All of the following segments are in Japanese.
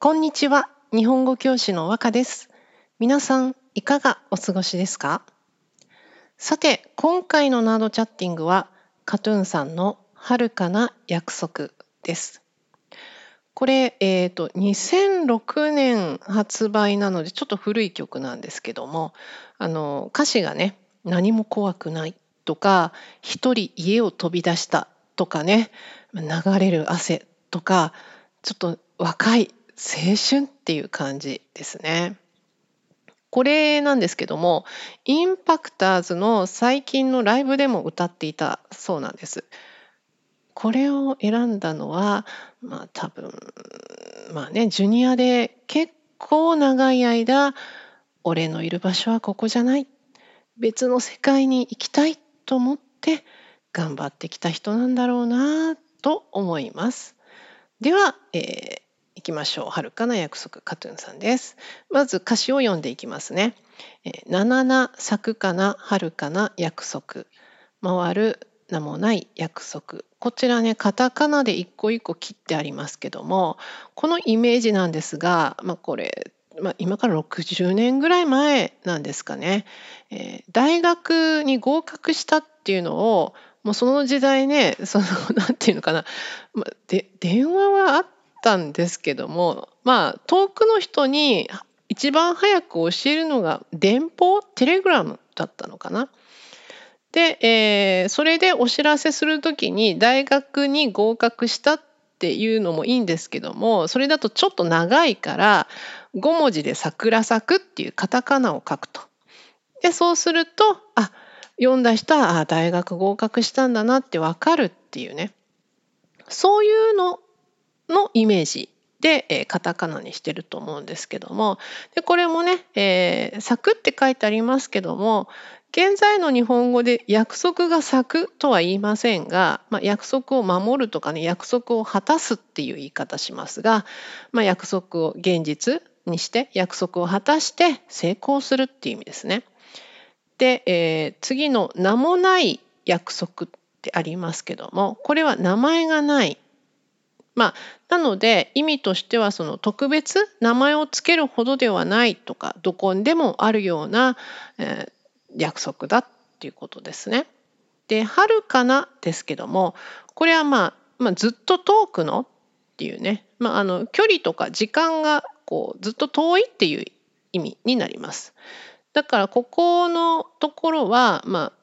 こんにちは。日本語教師の和歌です。皆さん、いかがお過ごしですか？さて、今回のナードチャッティングは、カトゥーンさんの遥かな約束です。これ、2006年発売なので、ちょっと古い曲なんですけども、歌詞がね、何も怖くないとか、一人家を飛び出したとかね、流れる汗とか、ちょっと若い青春っていう感じですね。これなんですけども、インパクターズの最近のライブでも歌っていたそうなんです。これを選んだのは、多分、ジュニアで結構長い間、俺のいる場所はここじゃない、別の世界に行きたいと思って頑張ってきた人なんだろうなと思います。では、行きましょう。遥かな約束、カトゥーンさんです。まず歌詞を読んでいきますね。ななな咲くかな遥かな約束。回る名もない約束。こちらね、カタカナで一個一個切ってありますけども、このイメージなんですが、これ、今から60年ぐらい前なんですかね。大学に合格したっていうのを、もうその時代ね、なんていうのかな、電話はあったんですけども、遠くの人に一番早く教えるのが電報、テレグラムだったのかな。で、それでお知らせするときに大学に合格したっていうのもいいんですけども、それだとちょっと長いから5文字で桜咲くっていうカタカナを書くと。で、そうすると、読んだ人は、大学合格したんだなってわかるっていうね。そういうののイメージで、カタカナにしてると思うんですけども、でこれもね、咲くって書いてありますけども、現在の日本語で約束が咲くとは言いませんが、約束を守るとかね、約束を果たすっていう言い方しますが、約束を現実にして約束を果たして成功するっていう意味ですね。で、次の名もない約束ってありますけども、これは名前がない。なので意味としてはその特別名前をつけるほどではないとか、どこにでもあるような、約束だっていうことですね。で、遥かなですけども、これはずっと遠くのっていうね、距離とか時間がこうずっと遠いっていう意味になります。だからここのところは、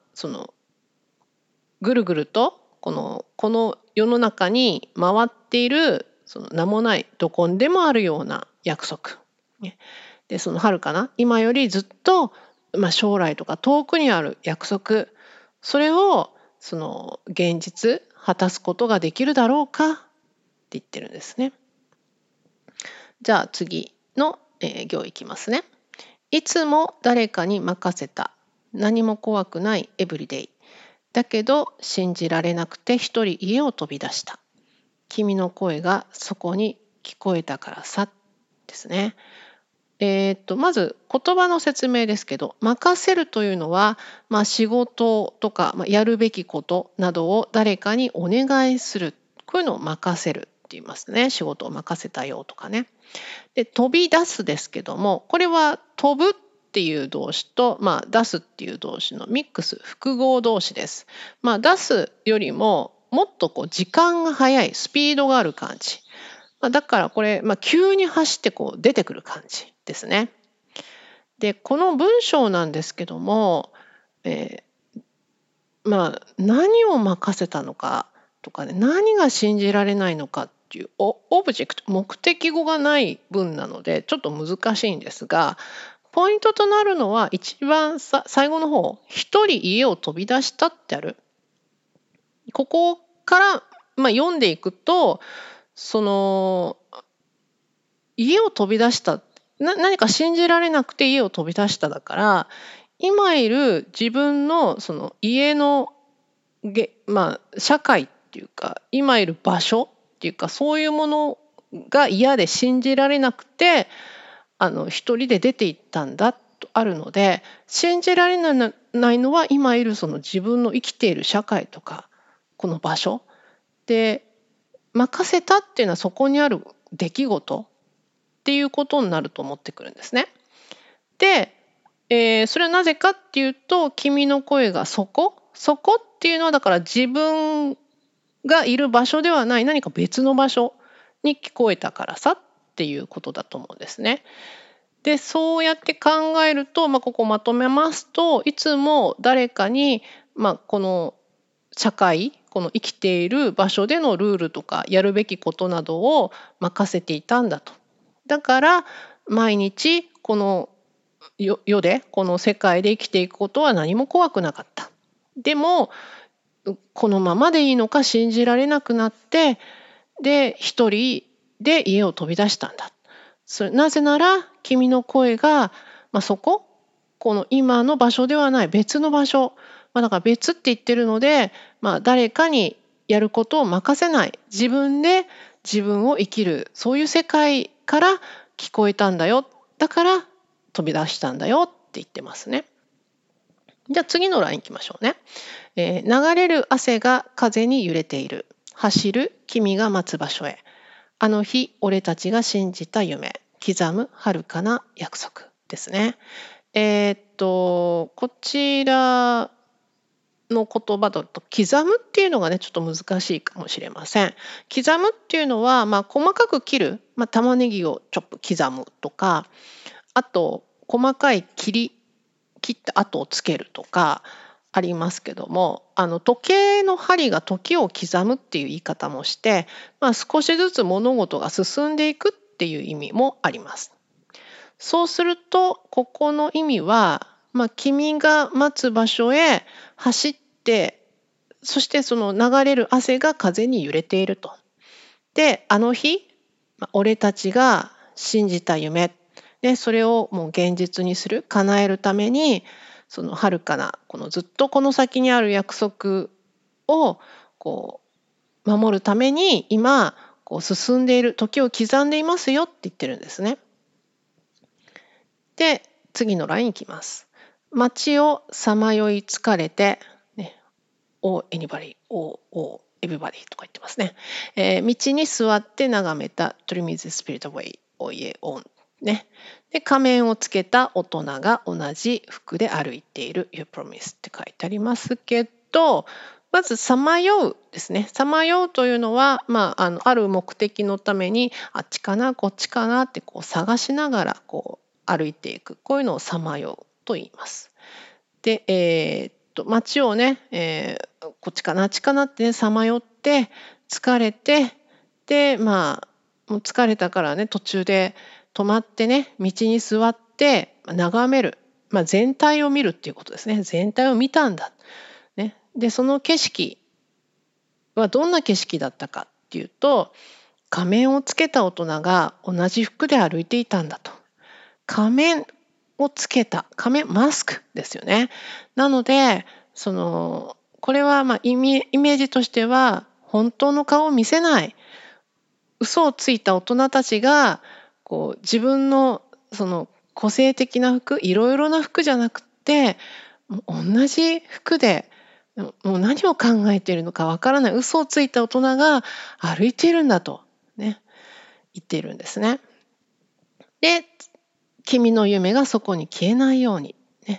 ぐるぐるとこの世の中に回っているその名もないどこにでもあるような約束。ねで、その遥かな今よりずっと、将来とか遠くにある約束。それをその現実果たすことができるだろうかって言ってるんですね。じゃあ次の、行いきますね。いつも誰かに任せた。何も怖くないエブリデイ。だけど信じられなくて一人家を飛び出した。君の声がそこに聞こえたからさですね。まず言葉の説明ですけど、任せるというのは、仕事とか、やるべきことなどを誰かにお願いする。こういうのを任せるって言いますね。仕事を任せたよとかね。で、飛び出すですけども、これは飛ぶっていう動詞と、出すっていう動詞のミックス、複合動詞です。出すよりももっとこう時間が速い、スピードがある感じ。だからこれ、急に走ってこう出てくる感じですね。で、この文章なんですけども、何を任せたのかとかね、何が信じられないのかっていうオブジェクト、目的語がない文なのでちょっと難しいんですが、ポイントとなるのは一番最後の方、一人家を飛び出したってある。ここから、読んでいくと、その家を飛び出した、何か信じられなくて家を飛び出しただから、今いる自分のその家の社会っていうか今いる場所っていうか、そういうものが嫌で信じられなくて一人で出て行ったんだとあるので、信じられないのは今いるその自分の生きている社会とかこの場所で、任せたっていうのはそこにある出来事っていうことになると思ってくるんですね。で、それはなぜかっていうと、君の声がそこっていうのはだから自分がいる場所ではない何か別の場所に聞こえたからさっていうことだと思うんですね。で、そうやって考えると、ここまとめますと、いつも誰かに、この社会、この生きている場所でのルールとかやるべきことなどを任せていたんだと。だから毎日この世でこの世界で生きていくことは何も怖くなかった。でもこのままでいいのか信じられなくなって、で一人で家を飛び出したんだ。なぜなら君の声が、この今の場所ではない別の場所、だから別って言ってるので、誰かにやることを任せない、自分で自分を生きる、そういう世界から聞こえたんだよ。だから飛び出したんだよって言ってますね。じゃあ次のラインいきましょうね。流れる汗が風に揺れている。走る君が待つ場所へ。あの日俺たちが信じた夢。刻む遥かな約束ですね。こちらの言葉だと刻むっていうのがねちょっと難しいかもしれません。刻むっていうのは、細かく切る、玉ねぎをチョップ刻むとか、あと細かい切った跡をつけるとかありますけども、時計の針が時を刻むっていう言い方もして、少しずつ物事が進んでいくっていう意味もあります。そうするとここの意味は、君が待つ場所へ走って、そしてその流れる汗が風に揺れていると。で、あの日、俺たちが信じた夢、それをもう現実にする、叶えるために、その遥かな、このずっとこの先にある約束をこう守るために今こう進んでいる、時を刻んでいますよって言ってるんですね。で、次のラインいきます。街をさまよい疲れて、anybody, everybody とか言ってますね。道に座って眺めた Dream is the spirit away, on ね。で、仮面をつけた大人が同じ服で歩いている You promise って書いてありますけど、まずさまようですね。さまようというのは、ある目的のためにあっちかなこっちかなってこう探しながらこう歩いていく、こういうのをさまようと言います。で、街をね、こっちかなあっちかなってさまよって疲れて、でもう疲れたからね途中で止まってね道に座って眺める、全体を見るっていうことですね。全体を見たんだ、ね、でその景色はどんな景色だったかっていうと、仮面をつけた大人が同じ服で歩いていたんだと。仮面をつけた、マスクですよね。なのでこれはイメージとしては本当の顔を見せない、嘘をついた大人たちがこう自分のその個性的な服、いろいろな服じゃなくて同じ服でもう何を考えているのかわからない嘘をついた大人が歩いているんだとね言っているんですね。で、君の夢がそこに消えないようにね、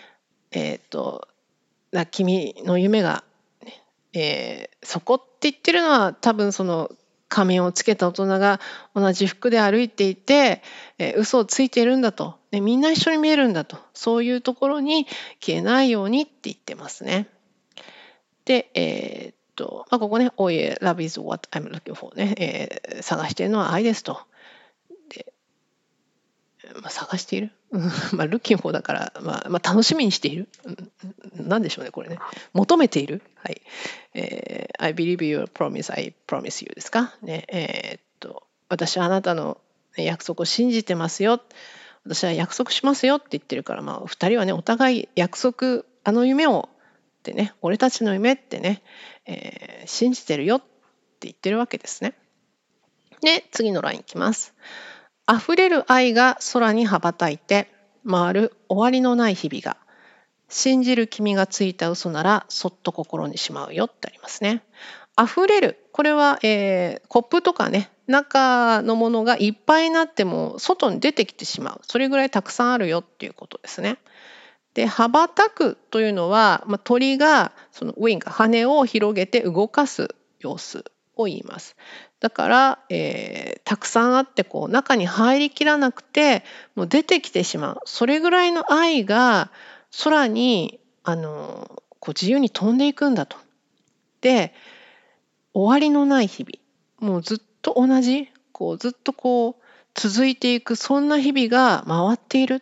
君の夢が、そこって言ってるのは多分その仮面をつけた大人が同じ服で歩いていて、嘘をついているんだと、みんな一緒に見えるんだと、そういうところに消えないようにって言ってますね。で、ここね、Oh yeah, love is what I'm looking for ね、探しているのは愛ですと。で、探している、looking for だから、楽しみにしている、なんでしょうねこれね、求めている、はい、I believe your promise, I promise you ですかね。私はあなたの約束を信じてますよ、私は約束しますよって言ってるから、2人はねお互い約束、あの夢をってね、俺たちの夢ってね、信じてるよって言ってるわけですね。で、次のラインいきます。溢れる愛が空に羽ばたいて回る終わりのない日々が、信じる君がついた嘘ならそっと心にしまうよってありますね。溢れる、これは、コップとかね中のものがいっぱいになっても外に出てきてしまう。それぐらいたくさんあるよっていうことですね。で、羽ばたくというのは、鳥がそのウィング、羽を広げて動かす様子を言います。だから、たくさんあってこう中に入りきらなくてもう出てきてしまう。それぐらいの愛が空にこう自由に飛んでいくんだと。で、終わりのない日々、もうずっと同じ、こうずっとこう続いていく、そんな日々が回っている。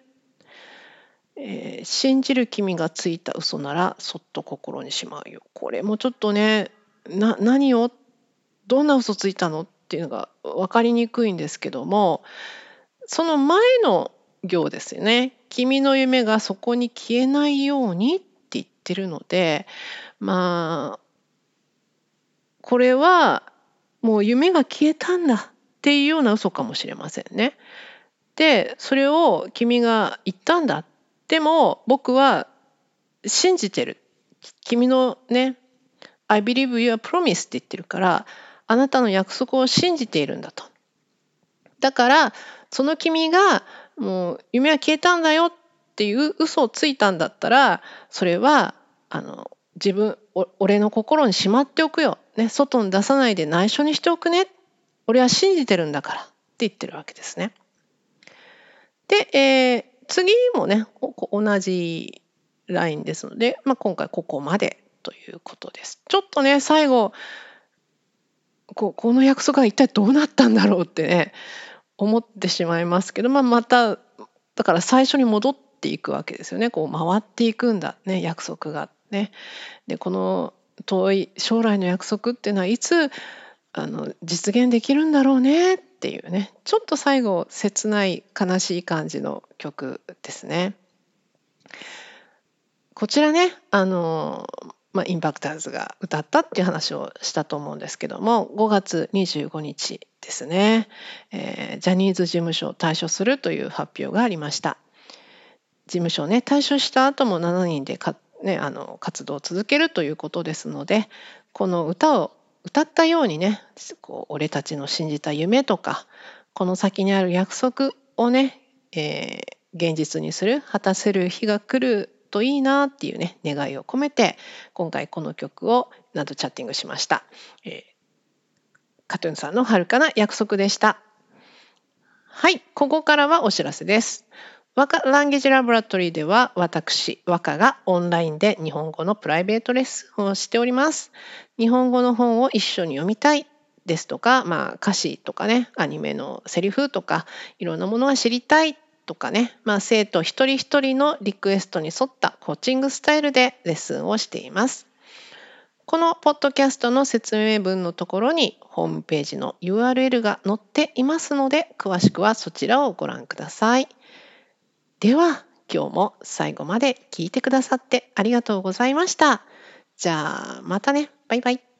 信じる君がついた嘘ならそっと心にしまうよ。これもちょっとね、何をどんな嘘ついたのっていうのが分かりにくいんですけども、その前の行ですよね。君の夢がそこに消えないようにって言ってるので、まあこれはもう夢が消えたんだっていうような嘘かもしれませんね。で、それを君が言ったんだ。でも僕は信じてる。君のね、I believe your promise って言ってるから、あなたの約束を信じているんだと。だから、その君がもう夢は消えたんだよっていう嘘をついたんだったら、それは俺の心にしまっておくよ。ね、外に出さないで内緒にしておくね。俺は信じてるんだからって言ってるわけですね。で、次もね、同じラインですので、今回ここまでということです。ちょっとね、最後、この約束は一体どうなったんだろうってね、思ってしまいますけど、また、だから最初に戻っていくわけですよね。こう回っていくんだね、約束がね。で、この遠い将来の約束っていうのはいつ実現できるんだろうねっていうね、ちょっと最後切ない悲しい感じの曲ですね。こちらね、インパクターズが歌ったっていう話をしたと思うんですけども、5月25日ですね、ジャニーズ事務所を退所するという発表がありました。事務所をね、退所した後も7人で活動を続けるということですので、この歌を歌ったようにね、こう俺たちの信じた夢とか、この先にある約束をね、現実にする、果たせる日が来るといいなっていうね、願いを込めて、今回この曲をナドチャッティングしました。カトゥーンさんの遥かな約束でした。はい、ここからはお知らせです。和歌ランゲージラボラトリーでは私、和歌がオンラインで日本語のプライベートレッスンをしております。日本語の本を一緒に読みたいですとか、歌詞とかね、アニメのセリフとか、いろんなものが知りたいとかね、生徒一人一人のリクエストに沿ったコーチングスタイルでレッスンをしています。このポッドキャストの説明文のところにホームページの URL が載っていますので、詳しくはそちらをご覧ください。では、今日も最後まで聞いてくださってありがとうございました。じゃあ、またね。バイバイ。